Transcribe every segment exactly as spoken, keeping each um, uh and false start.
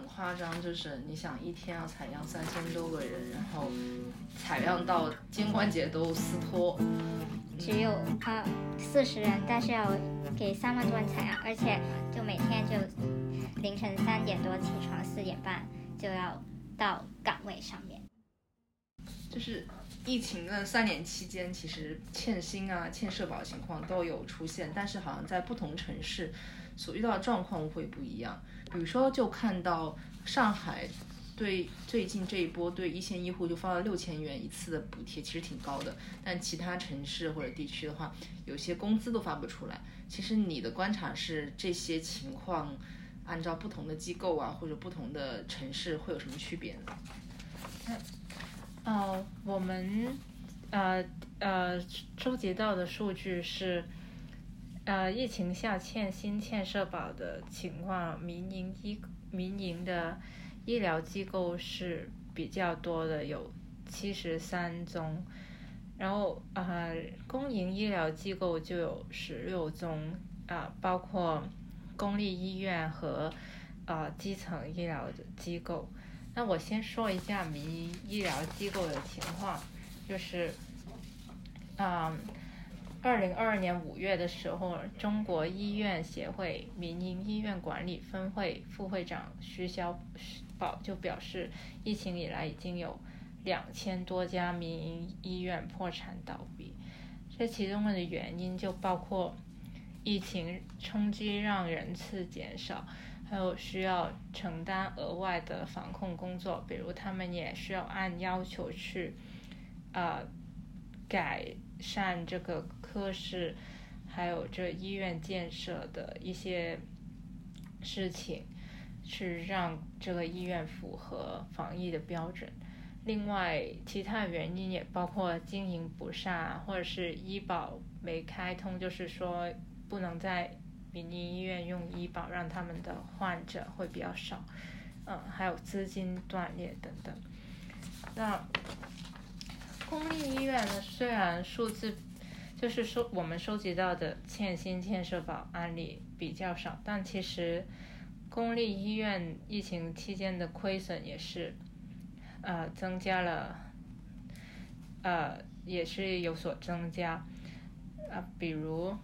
很夸张，就是你想一天要采样三千多个人，然后采样到肩关节都撕脱。 只有呃四十人，但是要给三万多人采样，而且就每天就凌晨三点多起床，四点半就要到岗位上面。 就是疫情的三年期间，其实欠薪啊、欠社保的情况都有出现，但是好像在不同城市所遇到的状况会不一样。比如说，就看到上海对最近这一波对一线医护就发了六千元一次的补贴，其实挺高的。但其他城市或者地区的话，有些工资都发不出来。其实你的观察是这些情况，按照不同的机构啊或者不同的城市会有什么区别呢？ 呃，我们呃呃收集到的数据是，呃，疫情下欠薪欠社保的情况，民营医民营的医疗机构是比较多的，有七十三宗，然后呃，公营医疗机构就有十六宗，啊、呃，包括公立医院和呃基层医疗的机构。那我先说一下民营医疗机构的情况，就是，嗯，二零二二年五月的时候，中国医院协会民营医院管理分会副会长徐小宝就表示，疫情以来已经有两千多家民营医院破产倒闭，这其中的原因就包括疫情冲击让人次减少。还有需要承担额外的防控工作，比如他们也需要按要求去，呃，改善这个科室，还有这医院建设的一些事情，去让这个医院符合防疫的标准。另外，其他原因也包括经营不善，或者是医保没开通，就是说不能在民营医院用医保，让他们的患者会比较少，嗯，还有资金断裂等等。那公立医院呢，虽然数字就是说我们收集到的欠薪欠社保案例比较少，但其实公立医院疫情期间的亏损也是呃增加了，呃也是有所增加，啊、呃，比如。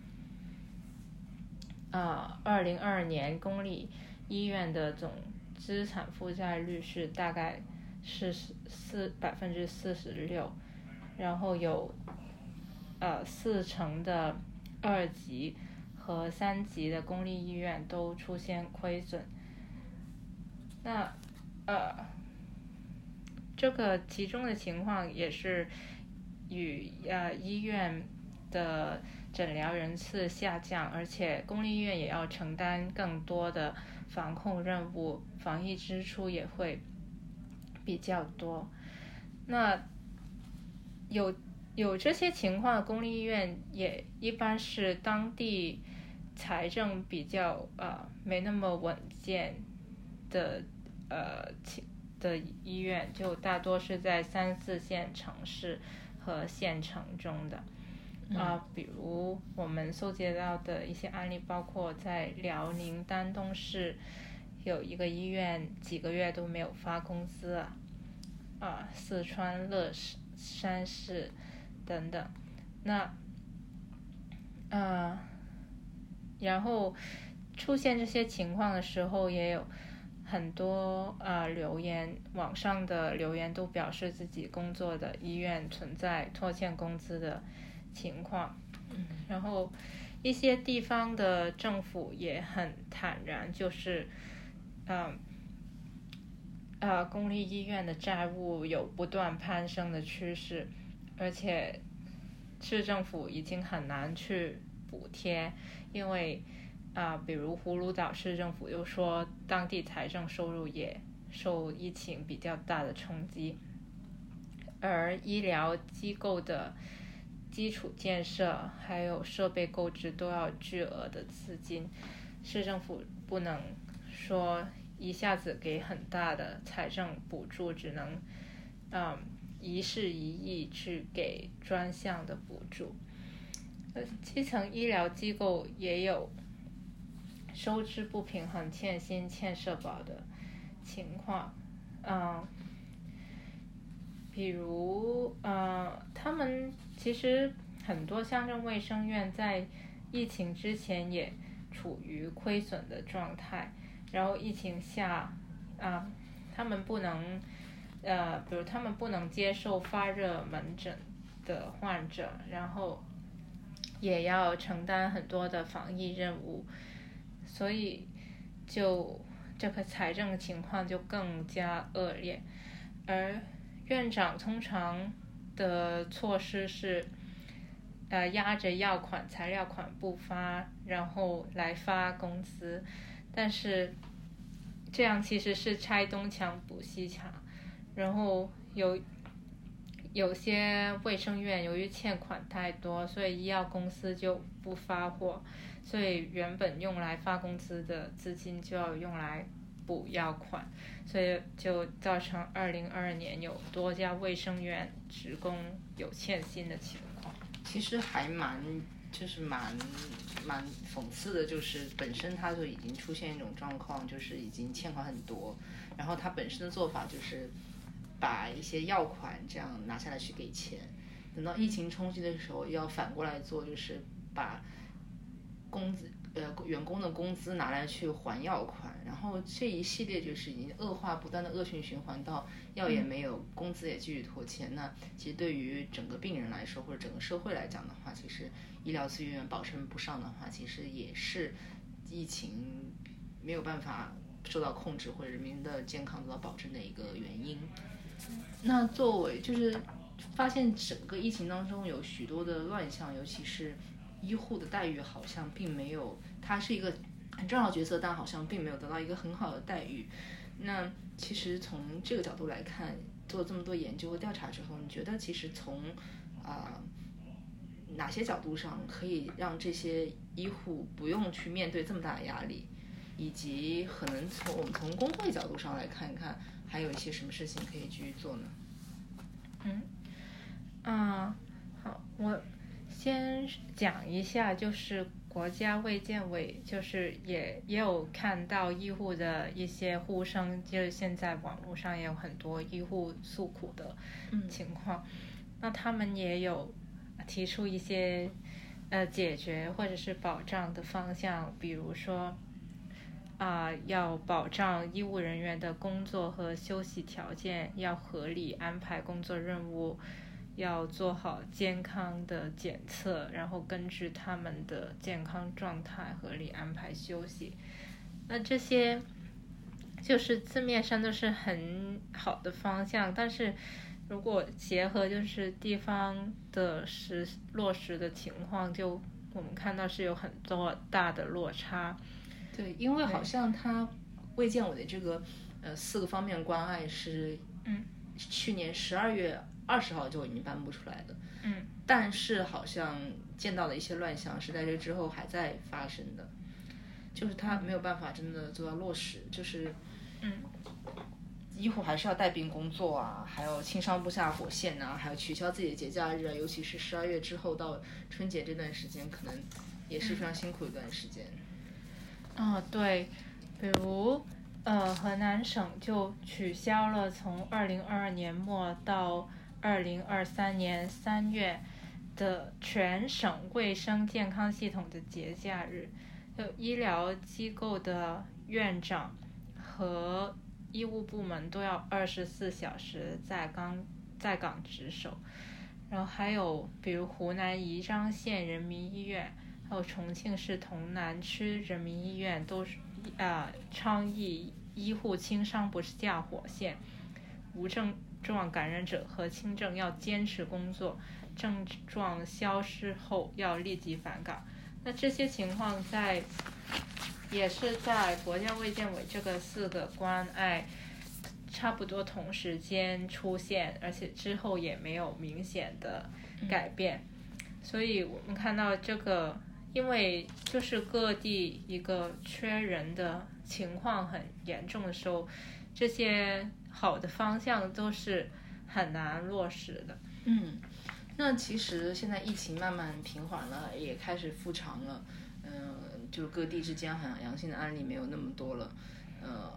啊，二零二二年公立医院的总资产负债率是大概是四百分之四十六，然后有呃四成的二级和三级的公立医院都出现亏损。那呃这个其中的情况也是与呃医院的诊疗人次下降，而且公立医院也要承担更多的防控任务，防疫支出也会比较多。那有有这些情况的公立医院也一般是当地财政比较呃没那么稳健的呃的医院，就大多是在三四线城市和县城中的。啊、呃，比如我们搜集到的一些案例，包括在辽宁丹东市有一个医院几个月都没有发工资啊，啊、呃，四川乐山市等等。那，呃，然后出现这些情况的时候，也有很多呃留言，网上的留言都表示自己工作的医院存在拖欠工资的情况，然后一些地方的政府也很坦然，就是嗯呃公立医院的债务有不断攀升的趋势，而且市政府已经很难去补贴，因为啊、呃，比如葫芦岛市政府又说当地财政收入也受疫情比较大的冲击，而医疗机构的基础建设还有设备购置都要巨额的资金，市政府不能说一下子给很大的财政补助，只能嗯一事一议去给专项的补助。呃，基层医疗机构也有收支不平衡、欠薪欠社保的情况，嗯，比如呃，他们其实很多乡镇卫生院在疫情之前也处于亏损的状态，然后疫情下，啊，他们不能，呃，比如他们不能接受发热门诊的患者，然后也要承担很多的防疫任务，所以就这个财政情况就更加恶劣。而院长通常的措施是，呃，压着药款、材料款不发，然后来发工资，但是这样其实是拆东墙补西墙，然后有有些卫生院由于欠款太多，所以医药公司就不发货，所以原本用来发工资的资金就要用来补药款，所以就造成二零二二年有多家卫生院职工有欠薪的情况。 其实还蛮就是蛮蛮讽刺的，就是本身它就已经出现一种状况，就是已经欠款很多，然后它本身的做法就是把一些药款这样拿下来去给钱，等到疫情冲击的时候，要反过来做，就是把工资呃员工的工资拿来去还药款，然后这一系列就是已经恶化不断的恶性循环到药也没有，工资也继续拖欠。那其实对于整个病人来说，或者整个社会来讲的话，其实医疗资源保证不上的话，其实也是疫情没有办法受到控制或者人民的健康得到保证的一个原因。那作为就是发现整个疫情当中有许多的乱象，尤其是医护的待遇好像并没有，他是一个很重要的角色，但好像并没有得到一个很好的待遇。那其实从这个角度来看，做这么多研究和调查之后，你觉得其实从啊、呃、哪些角度上可以让这些医护不用去面对这么大的压力，以及可能从我们从工会角度上来看一看，还有一些什么事情可以继续做呢？ 嗯，啊，好，我先讲一下，就是国家卫健委就是也也有看到医护的一些呼声，就是现在网络上也有很多医护诉苦的情况，嗯、那他们也有提出一些呃解决或者是保障的方向，比如说啊、呃、要保障医务人员的工作和休息条件，要合理安排工作任务，要做好健康的检测，然后根据他们的健康状态合理安排休息。那这些就是字面上都是很好的方向，但是如果结合就是地方的实落实的情况，就我们看到是有很多大的落差。 对，因为好像他卫健委的这个呃四个方面关爱是嗯去年十二月二十号就已经颁布出来的， 嗯， 但是好像见到的一些乱象是在这之后还在发生的，就是他没有办法真的做到落实，就是嗯， 医护还是要带病工作啊，还有轻伤不下火线啊，还有取消自己的节假日啊，尤其是十二月之后到春节这段时间，可能也是非常辛苦一段时间。 嗯、哦，对，比如呃，河南省就取消了从二零二二年末到二零二三年三月的全省卫生健康系统的节假日，就医疗机构的院长和医务部门都要二十四小时在岗在岗值守，然后还有比如湖南宜章县人民医院，还有重庆市潼南区人民医院都是啊、呃、倡议医护轻伤不下火线，无症状感染者和轻症要坚持工作，症状消失后要立即返岗。那这些情况在也是在国家卫健委这个四个关爱差不多同时间出现，而且之后也没有明显的改变、嗯、所以我们看到这个因为就是各地一个缺人的情况很严重的时候，这些好的方向都是很难落实的。 嗯，那其实现在疫情慢慢平缓了，也开始复常了，嗯、呃，就各地之间好像阳性的案例没有那么多了，呃，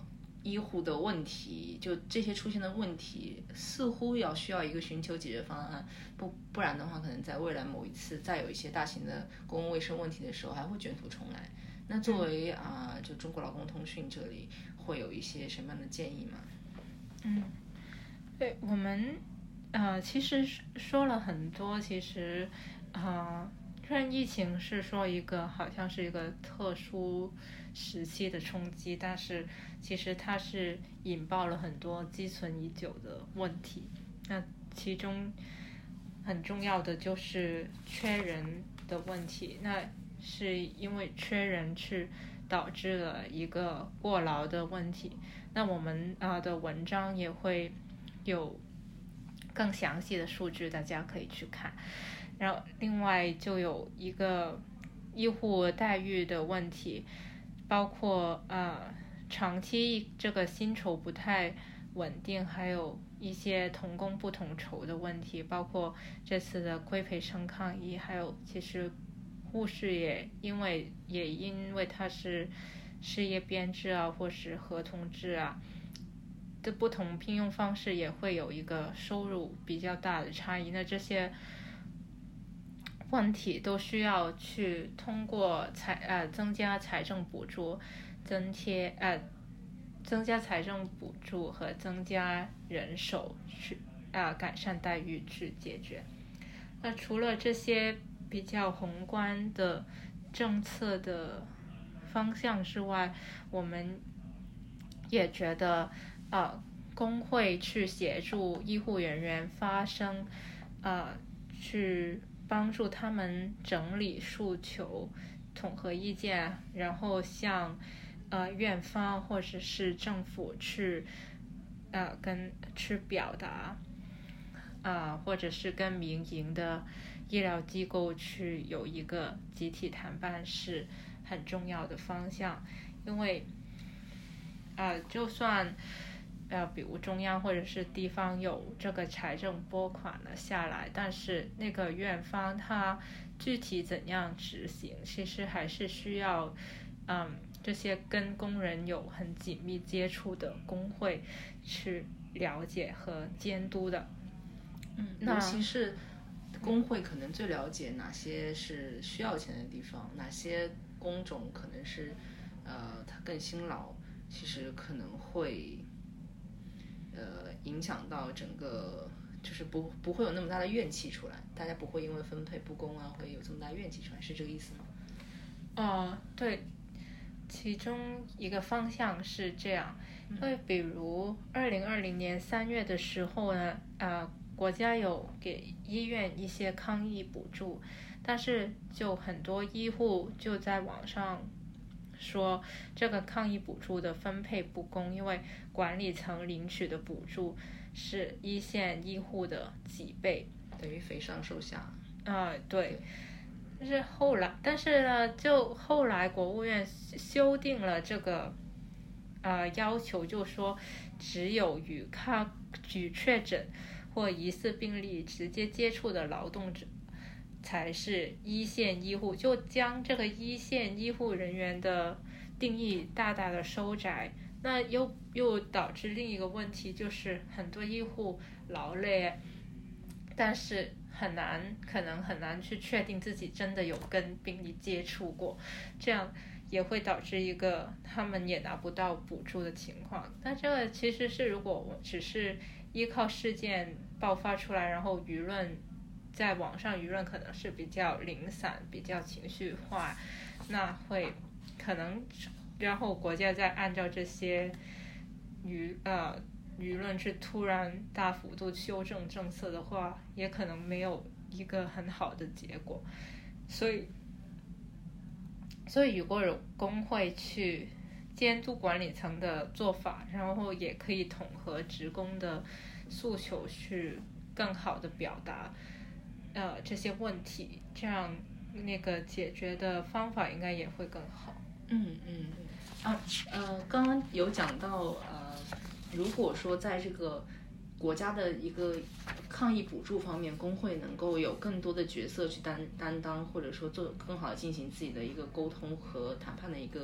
医护的问题，就这些出现的问题，似乎要需要一个寻求解决方案，不不然的话，可能在未来某一次再有一些大型的公共卫生问题的时候，还会卷土重来。那作为啊、呃，就中国劳工通讯这里会有一些什么样的建议吗？ 嗯，对我们呃，其实说了很多，其实啊。呃虽然疫情是说一个好像是一个特殊时期的冲击，但是其实它是引爆了很多积存已久的问题。那其中很重要的就是缺人的问题，那是因为缺人是导致了一个过劳的问题。那我们啊、呃、的文章也会有更详细的数据，大家可以去看。然后另外就有一个医护待遇的问题，包括呃长期这个薪酬不太稳定，还有一些同工不同酬的问题，包括这次的规培生抗议，还有其实护士也因为也因为它是事业编制啊或是合同制啊的不同聘用方式，也会有一个收入比较大的差异。那这些问题都需要去通过财呃增加财政补助、增贴呃增加财政补助和增加人手去啊、呃、改善待遇去解决。那除了这些比较宏观的政策的方向之外，我们也觉得呃工会去协助医护人员发声，呃去帮助他们整理诉求、统合意见，然后向呃院方或者是政府去呃跟去表达，啊、呃、或者是跟民营的医疗机构去有一个集体谈判是很重要的方向。因为呃就算呃，比如中央或者是地方有这个财政拨款了下来，但是那个院方它具体怎样执行，其实还是需要嗯这些跟工人有很紧密接触的工会去了解和监督的。 嗯，尤其是工会可能最了解哪些是需要钱的地方，哪些工种可能是呃它更辛劳，其实可能会呃，影响到整个，就是不不会有那么大的怨气出来，大家不会因为分配不公啊，会有这么大怨气出来，是这个意思吗？ 哦，对，其中一个方向是这样，因为比如二零二零年三月的时候呢，呃，国家有给医院一些抗疫补助，但是就很多医护就在网上说这个抗疫补助的分配不公，因为管理层领取的补助是一线医护的几倍， 等于肥上瘦下。 啊、呃，对。但是后来，但是呢，就后来国务院修订了这个呃要求，就说只有与抗与确诊或疑似病例直接接触的劳动者才是一线医护，就将这个一线医护人员的定义大大的收窄。那又又导致另一个问题，就是很多医护劳累，但是很难可能很难去确定自己真的有跟病例接触过，这样也会导致一个他们也拿不到补助的情况。但这个其实是如果我只是依靠事件爆发出来，然后舆论在网上舆论可能是比较零散比较情绪化，那会可能然后国家再按照这些舆呃舆论去突然大幅度修正政策的话，也可能没有一个很好的结果。所以所以如果有工会去监督管理层的做法，然后也可以统合职工的诉求，去更好的表达呃这些问题，这样那个解决的方法应该也会更好。 嗯嗯啊呃，刚刚有讲到呃，如果说在这个国家的一个抗疫补助方面，工会能够有更多的角色去担担当，或者说做更好的进行自己的一个沟通和谈判的一个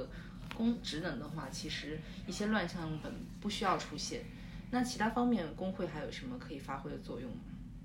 工职能的话，其实一些乱象本不需要出现。那其他方面工会还有什么可以发挥的作用吗？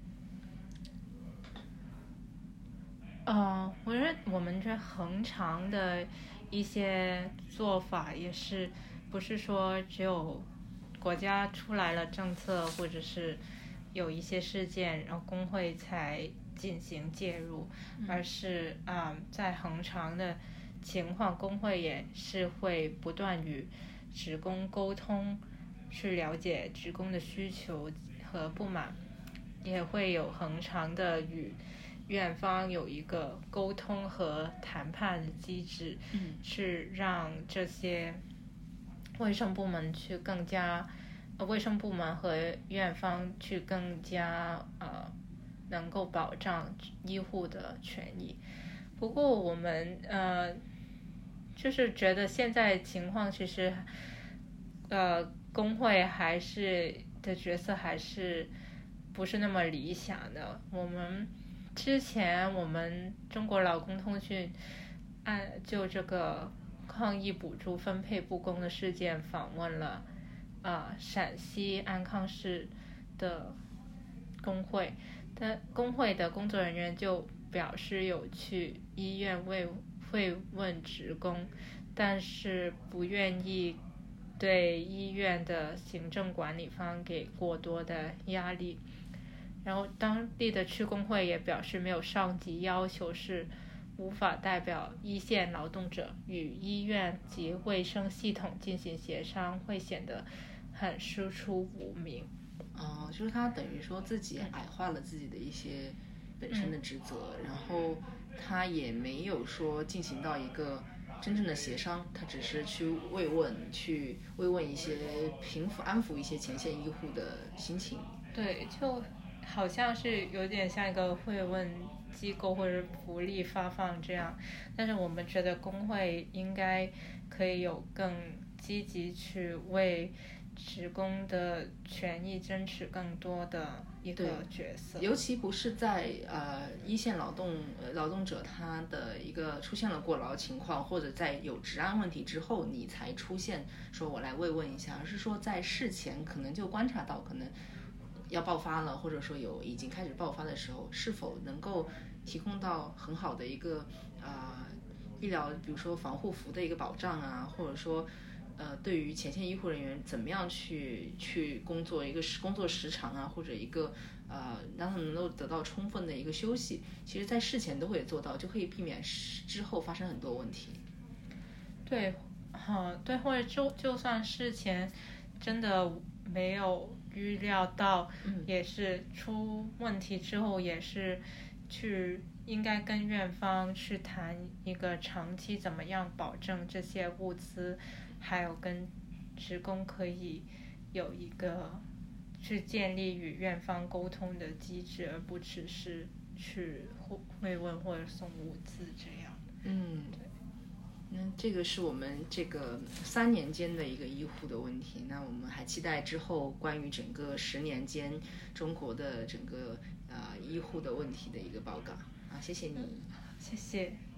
呃，我觉得我们这恒常的一些做法也是，不是说只有国家出来了政策，或者是有一些事件，然后工会才进行介入，而是啊、呃，在恒常的情况，工会也是会不断与职工沟通，去了解职工的需求和不满，也会有恒常的与院方有一个沟通和谈判的机制， 嗯， 是让这些卫生部门去更加，呃，卫生部门和院方去更加呃，能够保障医护的权益。不过我们呃，就是觉得现在情况其实，呃，工会还是的角色还是不是那么理想的。我们之前我们中国劳工通讯按就这个抗疫补助分配不公的事件访问了啊、呃、陕西安康市的工会，但工会的工作人员就表示有去医院慰慰问职工，但是不愿意对医院的行政管理方给过多的压力。然后当地的区工会也表示，没有上级要求是无法代表一线劳动者与医院及卫生系统进行协商，会显得很师出无名。 哦，就是他等于说自己矮化了自己的一些本身的职责，嗯、然后他也没有说进行到一个真正的协商，他只是去慰问，去慰问一些平抚、安抚一些前线医护的心情。 对，就好像是有点像一个慰问机构或者福利发放这样，但是我们觉得工会应该可以有更积极去为职工的权益争取更多的一个角色， 尤其不是在呃一线劳动呃劳动者他的一个出现了过劳情况，或者在有治安问题之后你才出现说我来慰问一下，而是说在事前可能就观察到可能要爆发了，或者说有已经开始爆发的时候，是否能够提供到很好的一个啊、呃、医疗，比如说防护服的一个保障啊，或者说呃对于前线医护人员怎么样去去工作一个工作时长啊，或者一个呃让他们能够得到充分的一个休息，其实在事前都会做到，就可以避免之后发生很多问题。 对，好、嗯，对，或者就就算事前真的没有预料到，也是出问题之后也是去应该跟院方去谈一个长期怎么样保证这些物资，还有跟职工可以有一个去建立与院方沟通的机制，而不只是去慰问或者送物资这样。 嗯，对。那这个是我们这个三年间的一个医护的问题，那我们还期待之后关于整个十年间中国的整个呃医护的问题的一个报告。好，谢谢你。 谢谢。